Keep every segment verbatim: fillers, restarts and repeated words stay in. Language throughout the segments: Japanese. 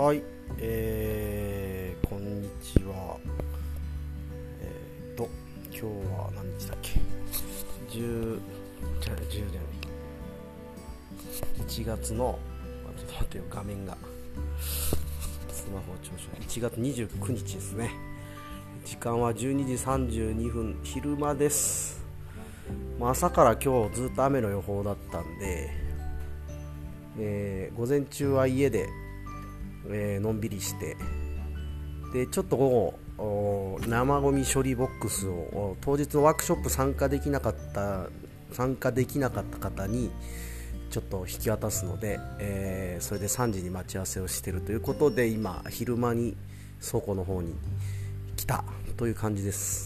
はい、えー、こんにちは。えーと、今日は何日だっけ？じゅう、じゃあじゅうじゃない。いちがつの、ちょっと待ってよ、画面が。スマホ調子。いちがつにじゅうくにちですね。時間はじゅうにじさんじゅうにふん、昼間です。まあ、朝から今日ずっと雨の予報だったんで、えー午前中は家でえーのんびりして、でちょっと午後生ゴミ処理ボックスを当日のワークショップ参加できなかった参加できなかった方にちょっと引き渡すので、えーそれでさんじに待ち合わせをしているということで、今昼間に倉庫の方に来たという感じです。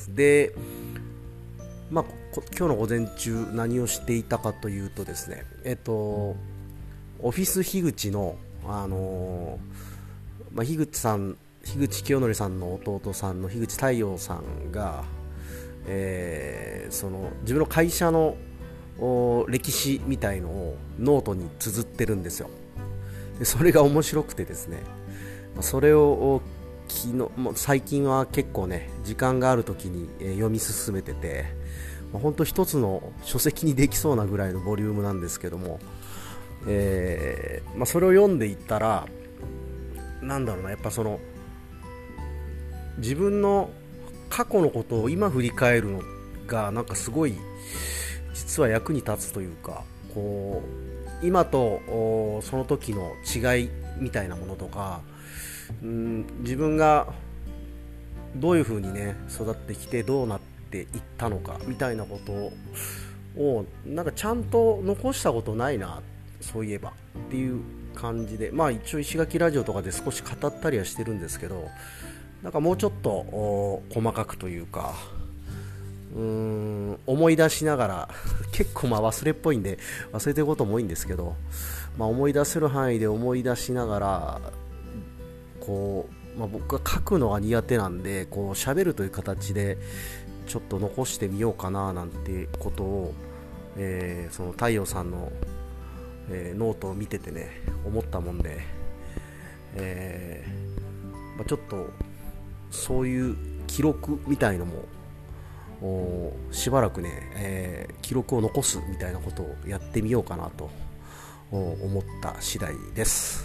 で、まあ、今日の午前中何をしていたかというとですね、えっとオフィス樋口のあのーまあ、樋口さん樋口清則さんの弟さんの樋口太陽さんが、えーその自分の会社の歴史みたいのをノートに綴ってるんですよ。でそれが面白くてですね、それを昨日もう最近は結構ね時間がある時に読み進めてて、本当一つの書籍にできそうなぐらいのボリュームなんですけども、えーまあ、それを読んでいったら、なんだろうな、やっぱその自分の過去のことを今振り返るのがなんかすごい実は役に立つというか、こう今とその時の違いみたいなものとか、うん、自分がどういう風にね育ってきてどうなっていったのかみたいなことをなんかちゃんと残したことないな、そういえばっていう感じで、まあ一応石垣ラジオとかで少し語ったりはしてるんですけど、なんかもうちょっと細かくというか、うーん思い出しながら結構まあ忘れっぽいんで忘れてることも多いんですけど、まあ、思い出せる範囲で思い出しながらこう、まあ、僕は書くのが苦手なんで、こう喋るという形でちょっと残してみようかななんてことを、えーその太陽さんのえーノートを見ててね思ったもんで、えーまあ、ちょっとそういう記録みたいのもしばらくね、えー記録を残すみたいなことをやってみようかなと思った次第です。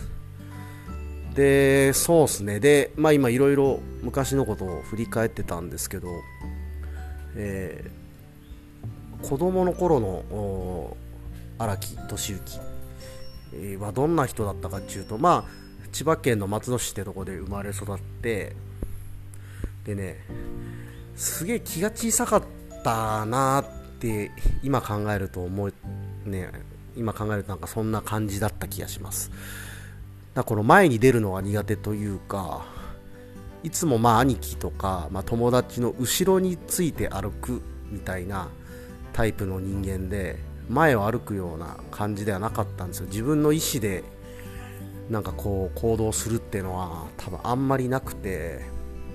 で、そうですね。で、まあ今いろいろ昔のことを振り返ってたんですけど、えー子供の頃の荒木俊之はどんな人だったかっていうと、まあ千葉県の松戸市ってとこで生まれ育って、でねすげえ気が小さかったなって今考えると思うね今考えるとなんかそんな感じだった気がします。だからこの前に出るのが苦手というか、いつもまあ兄貴とか、まあ、友達の後ろについて歩くみたいなタイプの人間で、前を歩くような感じではなかったんですよ。自分の意思でなんかこう行動するっていうのは多分あんまりなくて、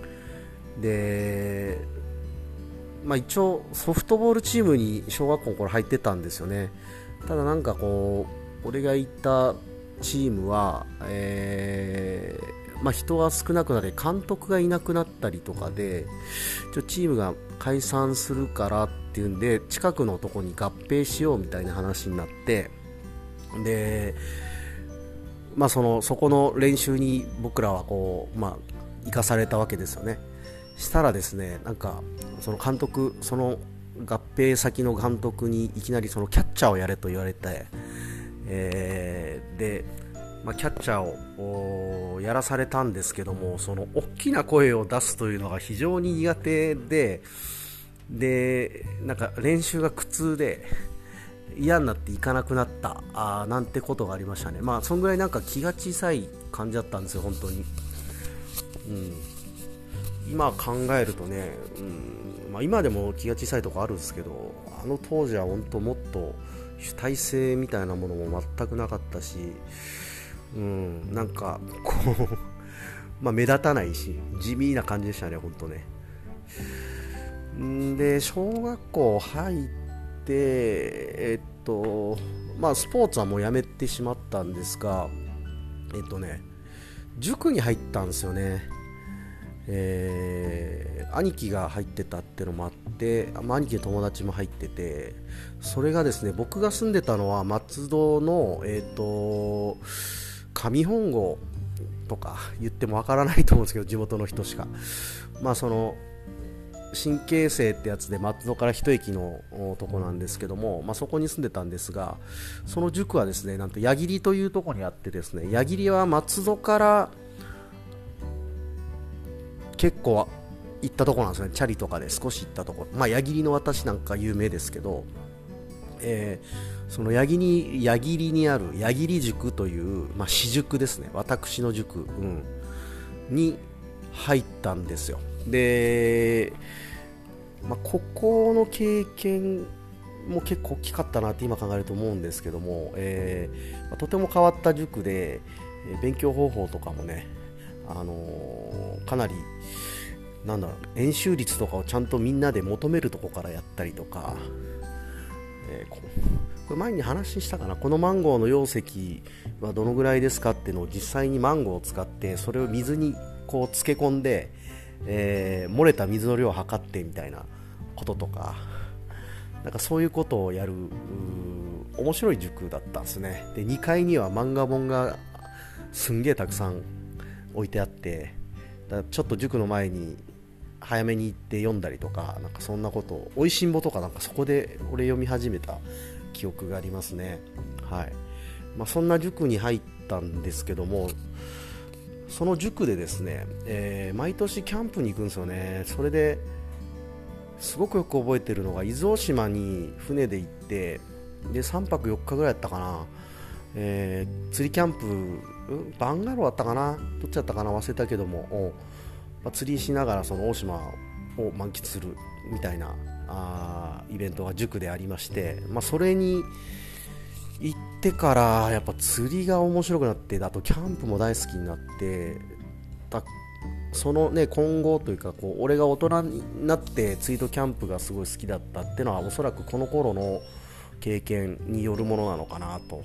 で、まあ、一応ソフトボールチームに小学校の頃入ってたんですよね。ただなんかこう俺がいたチームは、えーまあ、人が少なくなって監督がいなくなったりとかで、ちょチームが解散するからっていうんで近くのとこに合併しようみたいな話になって、で、まあ、そのそこの練習に僕らはこう、まあ、行かされたわけですよね。したらですね、なんかその監督その合併先の監督にいきなりそのキャッチャーをやれと言われて、えーでまあ、キャッチャーをやらされたんですけども、その大きな声を出すというのが非常に苦手で、でなんか練習が苦痛で嫌になっていかなくなったあなんてことがありましたね。まあそんぐらいなんか気が小さい感じだったんですよ本当に。うん、今考えるとね、うんまあ、今でも気が小さいとこあるんですけど、あの当時は本当もっと主体性みたいなものも全くなかったし、うん、なんかこうまあ目立たないし地味な感じでしたね本当ね。んで小学校入ってえっとまあスポーツはもうやめてしまったんですが、えっとね塾に入ったんですよね。えー、兄貴が入ってたってのもあって、まあ、兄貴の友達も入ってて、それがですね、僕が住んでたのは松戸の、えーと上本郷とか言ってもわからないと思うんですけど、地元の人しか、まあその新京成ってやつで松戸から一駅のとこなんですけども、まあ、そこに住んでたんですが、その塾はですね、なんと矢切というところにあってですね、矢切は松戸から結構行ったところなんですね。チャリとかで少し行ったところ、まあ矢切の私なんか有名ですけど、えー、その矢切矢切にある矢切塾という、まあ、私塾ですね、私の塾、うん、に入ったんですよ。で、まあ、ここの経験も結構大きかったなって今考えると思うんですけども、えーまあ、とても変わった塾で、えー、勉強方法とかもね、あのー、かなりなんだろう、円周率とかをちゃんとみんなで求めるとこからやったりとか、えー、ここれ前に話したかな、このマンゴーの容積はどのぐらいですかっていうのを実際にマンゴーを使ってそれを水にこう漬け込んで、えー、漏れた水の量を測ってみたいなこととか、なんかそういうことをやる面白い塾だったんですね。でにかいには漫画本がすんげえたくさん置いてあって、だちょっと塾の前に早めに行って読んだりとか、なんかそんなことを、おいしんぼとかなんかそこで俺読み始めた記憶がありますね。はい。まあ、そんな塾に入ったんですけども、その塾でですね、えー、毎年キャンプに行くんですよね。それですごくよく覚えてるのが、伊豆大島に船で行って、でさんぱくよっかぐらいだったかな、えー、釣りキャンプ、うん、バンガローだったかな、どっちだったかな忘れたけども、まあ、釣りしながらその大島を満喫するみたいなあイベントが塾でありまして、まあ、それに行ってからやっぱ釣りが面白くなって、あとキャンプも大好きになって、だそのね今後というか、こう俺が大人になって釣りとキャンプがすごい好きだったっていうのは、おそらくこの頃の経験によるものなのかなと。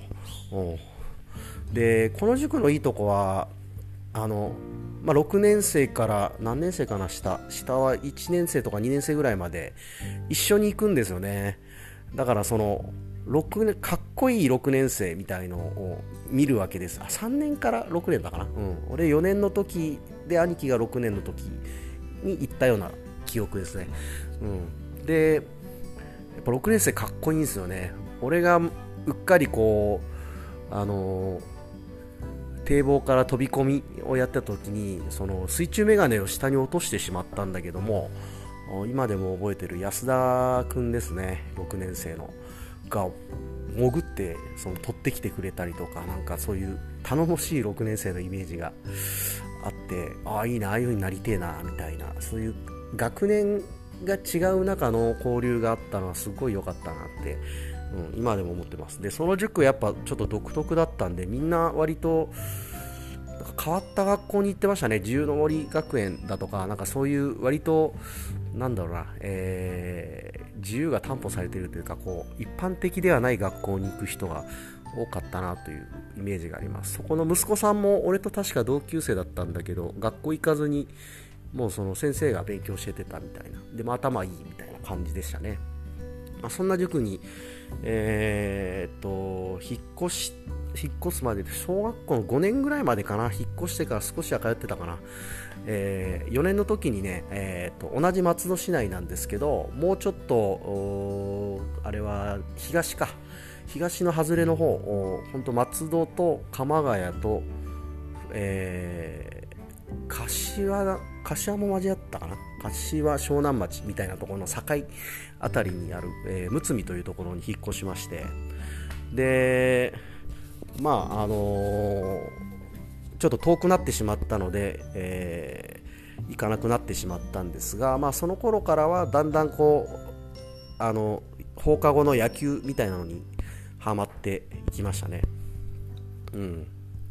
でこの塾のいいとこは、あの、まあ、ろくねん生から何年生かな、下下はいちねん生とかにねん生ぐらいまで一緒に行くんですよね。だからそのろくねん、かっこいいろくねん生みたいのを見るわけです。あ、さんねんからろくねんだかな、うん、俺よねんの時で兄貴がろくねんの時に行ったような記憶ですね、うん、でやっぱろくねん生かっこいいんですよね。俺がうっかりこうあのー、堤防から飛び込みをやった時にその水中メガネを下に落としてしまったんだけども、今でも覚えてる安田くんですね、ろくねん生のが潜ってその取ってきてくれたりとか、なんかそういう頼もしいろくねん生のイメージがあって、ああいいな、ああいう風になりてえなみたいな、そういう学年が違う中の交流があったのはすごい良かったなって、うん、今でも思ってます。でその塾やっぱちょっと独特だったんで、みんな割となんか変わった学校に行ってましたね。自由の森学園だとか、なんかそういう割となんだろうな、えー、自由が担保されているというか、こう一般的ではない学校に行く人が多かったなというイメージがあります。そこの息子さんも俺と確か同級生だったんだけど、学校行かずにもうその先生が勉強教えてたみたいな、でも頭いいみたいな感じでしたね。まあ、そんな塾に、えー、っと引っ越し引っ越すまで小学校のごねんぐらいまでかな、引っ越してから少しは通ってたかな、えー、よねんの時にね、えー、と同じ松戸市内なんですけど、もうちょっとあれは東か東の外れの方、本当松戸と鎌ヶ谷と、えー、柏柏も交わったかな、柏湘南町みたいなところの境あたりにある、えー、むみというところに引っ越しまして、でまああのー、ちょっと遠くなってしまったので、えー、行かなくなってしまったんですが、まあ、その頃からはだんだんこうあの放課後の野球みたいなのにハマっていきましたね。うん、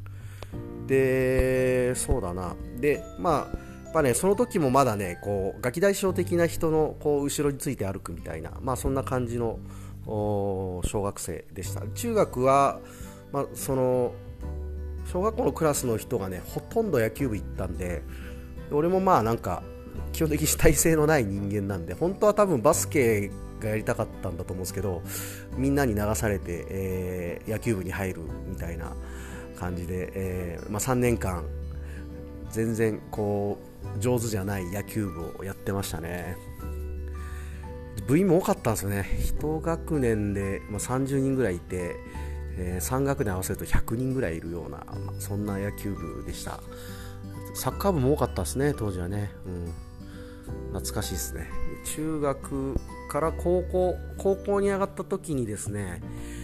でそうだな、でまあやっぱね、その時もまだね、こうガキ大将的な人のこう後ろについて歩くみたいな、まあ、そんな感じの小学生でした。中学は、まあ、その小学校のクラスの人がねほとんど野球部行ったんで、俺もまあなんか基本的に主体性のない人間なんで、本当は多分バスケがやりたかったんだと思うんですけど、みんなに流されて、えー、野球部に入るみたいな感じで、えーまあ、さんねんかん全然こう上手じゃない野球部をやってましたね。部員も多かったんですよね。いち学年で、まあ、さんじゅうにんぐらいいて、えー、さん学年合わせるとひゃくにんぐらいいるような、まあ、そんな野球部でした。サッカー部も多かったですね、当時はね、うん、懐かしいですね。中学から高校高校に上がった時にですね、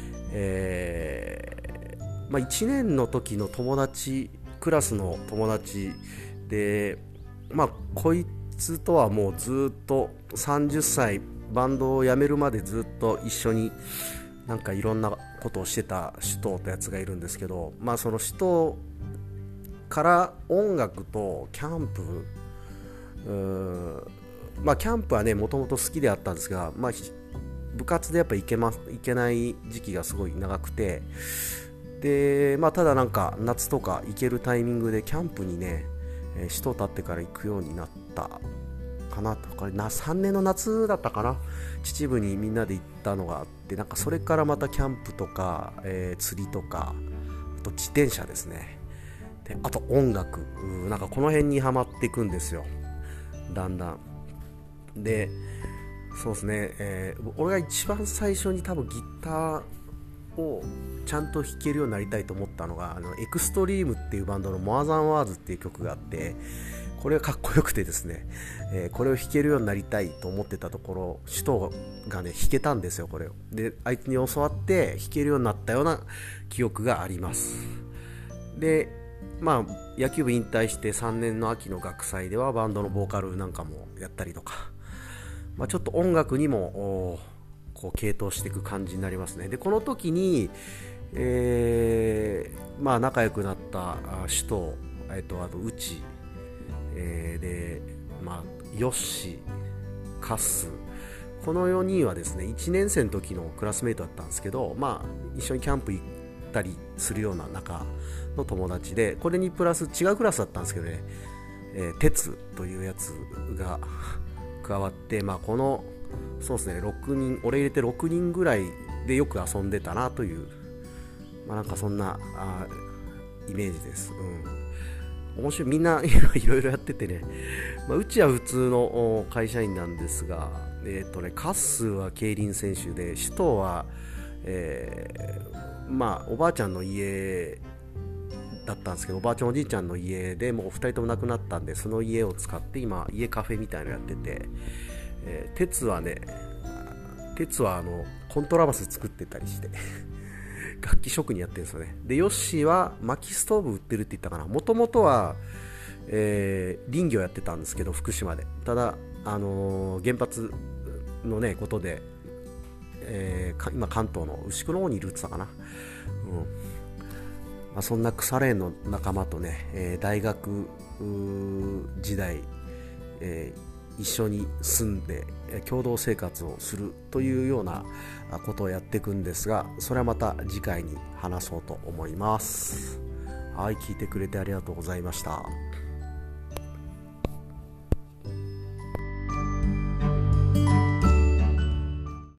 えーまあ、いちねんの時の友達、クラスの友達で、まあ、こいつとはもうずっとさんじゅっさいバンドを辞めるまでずっと一緒になんかいろんなことをしてた首藤ってやつがいるんですけど、まあ、その首藤から音楽とキャンプ、うーまあ、キャンプはねもともと好きであったんですが、まあ、部活でやっぱ行けま、行けない時期がすごい長くて、で、まあ、ただなんか夏とか行けるタイミングでキャンプにね首藤立ってから行くようになったかなとかな、さんねんの夏だったかな、秩父にみんなで行ったのがあって、なんかそれからまたキャンプとか、えー、釣りとか、あと自転車ですね、であと音楽、なんかこの辺にはまっていくんですよ、だんだん。でそうですね、えー、俺が一番最初に多分ギターをちゃんと弾けるようになりたいと思ったのが、あのエクストリームっていうバンドの More Than Words っていう曲があって、これがかっこよくてですね、えー、これを弾けるようになりたいと思ってたところ、首藤がね弾けたんですよ、これを。であいつに教わって弾けるようになったような記憶があります。でまあ野球部引退してさんねんの秋の学祭ではバンドのボーカルなんかもやったりとか、まあ、ちょっと音楽にもこう傾倒していく感じになりますね。でこの時に、えーまあ、仲良くなった首藤、えっと、あと内、えー、で、まあ、ヨッシー、カス、このよにんはですねいちねん生の時のクラスメイトだったんですけど、まあ、一緒にキャンプ行ったりするような仲の友達で、これにプラス違うクラスだったんですけどね、えー、鉄というやつが加わって、まあ、このそうですねろくにん、俺入れてろくにんぐらいでよく遊んでたなという、まあ、なんかそんなあイメージです、うん、面白い、みんないろいろやっててね、まあ、うちは普通の会社員なんですが、えーとね、カッスは競輪選手で、首藤は、えーまあ、おばあちゃんの家だったんですけど、おばあちゃんおじいちゃんの家でもうふたりとも亡くなったんで、その家を使って今家カフェみたいなのやってて、えー、鉄はね鉄はあのコントラバス作ってたりして楽器職人やってるんですよね。でヨッシーは薪ストーブ売ってるって言ったかな。もともとは、えー、林業やってたんですけど福島で、ただ、あのー、原発のねことで、えー、今関東の牛久の方にいるって言ったかな、うんまあ、そんな腐れ縁の仲間とね、えー、大学時代、えー一緒に住んで共同生活をするというようなことをやっていくんですが、それはまた次回に話そうと思います。はい、聞いてくれてありがとうございました。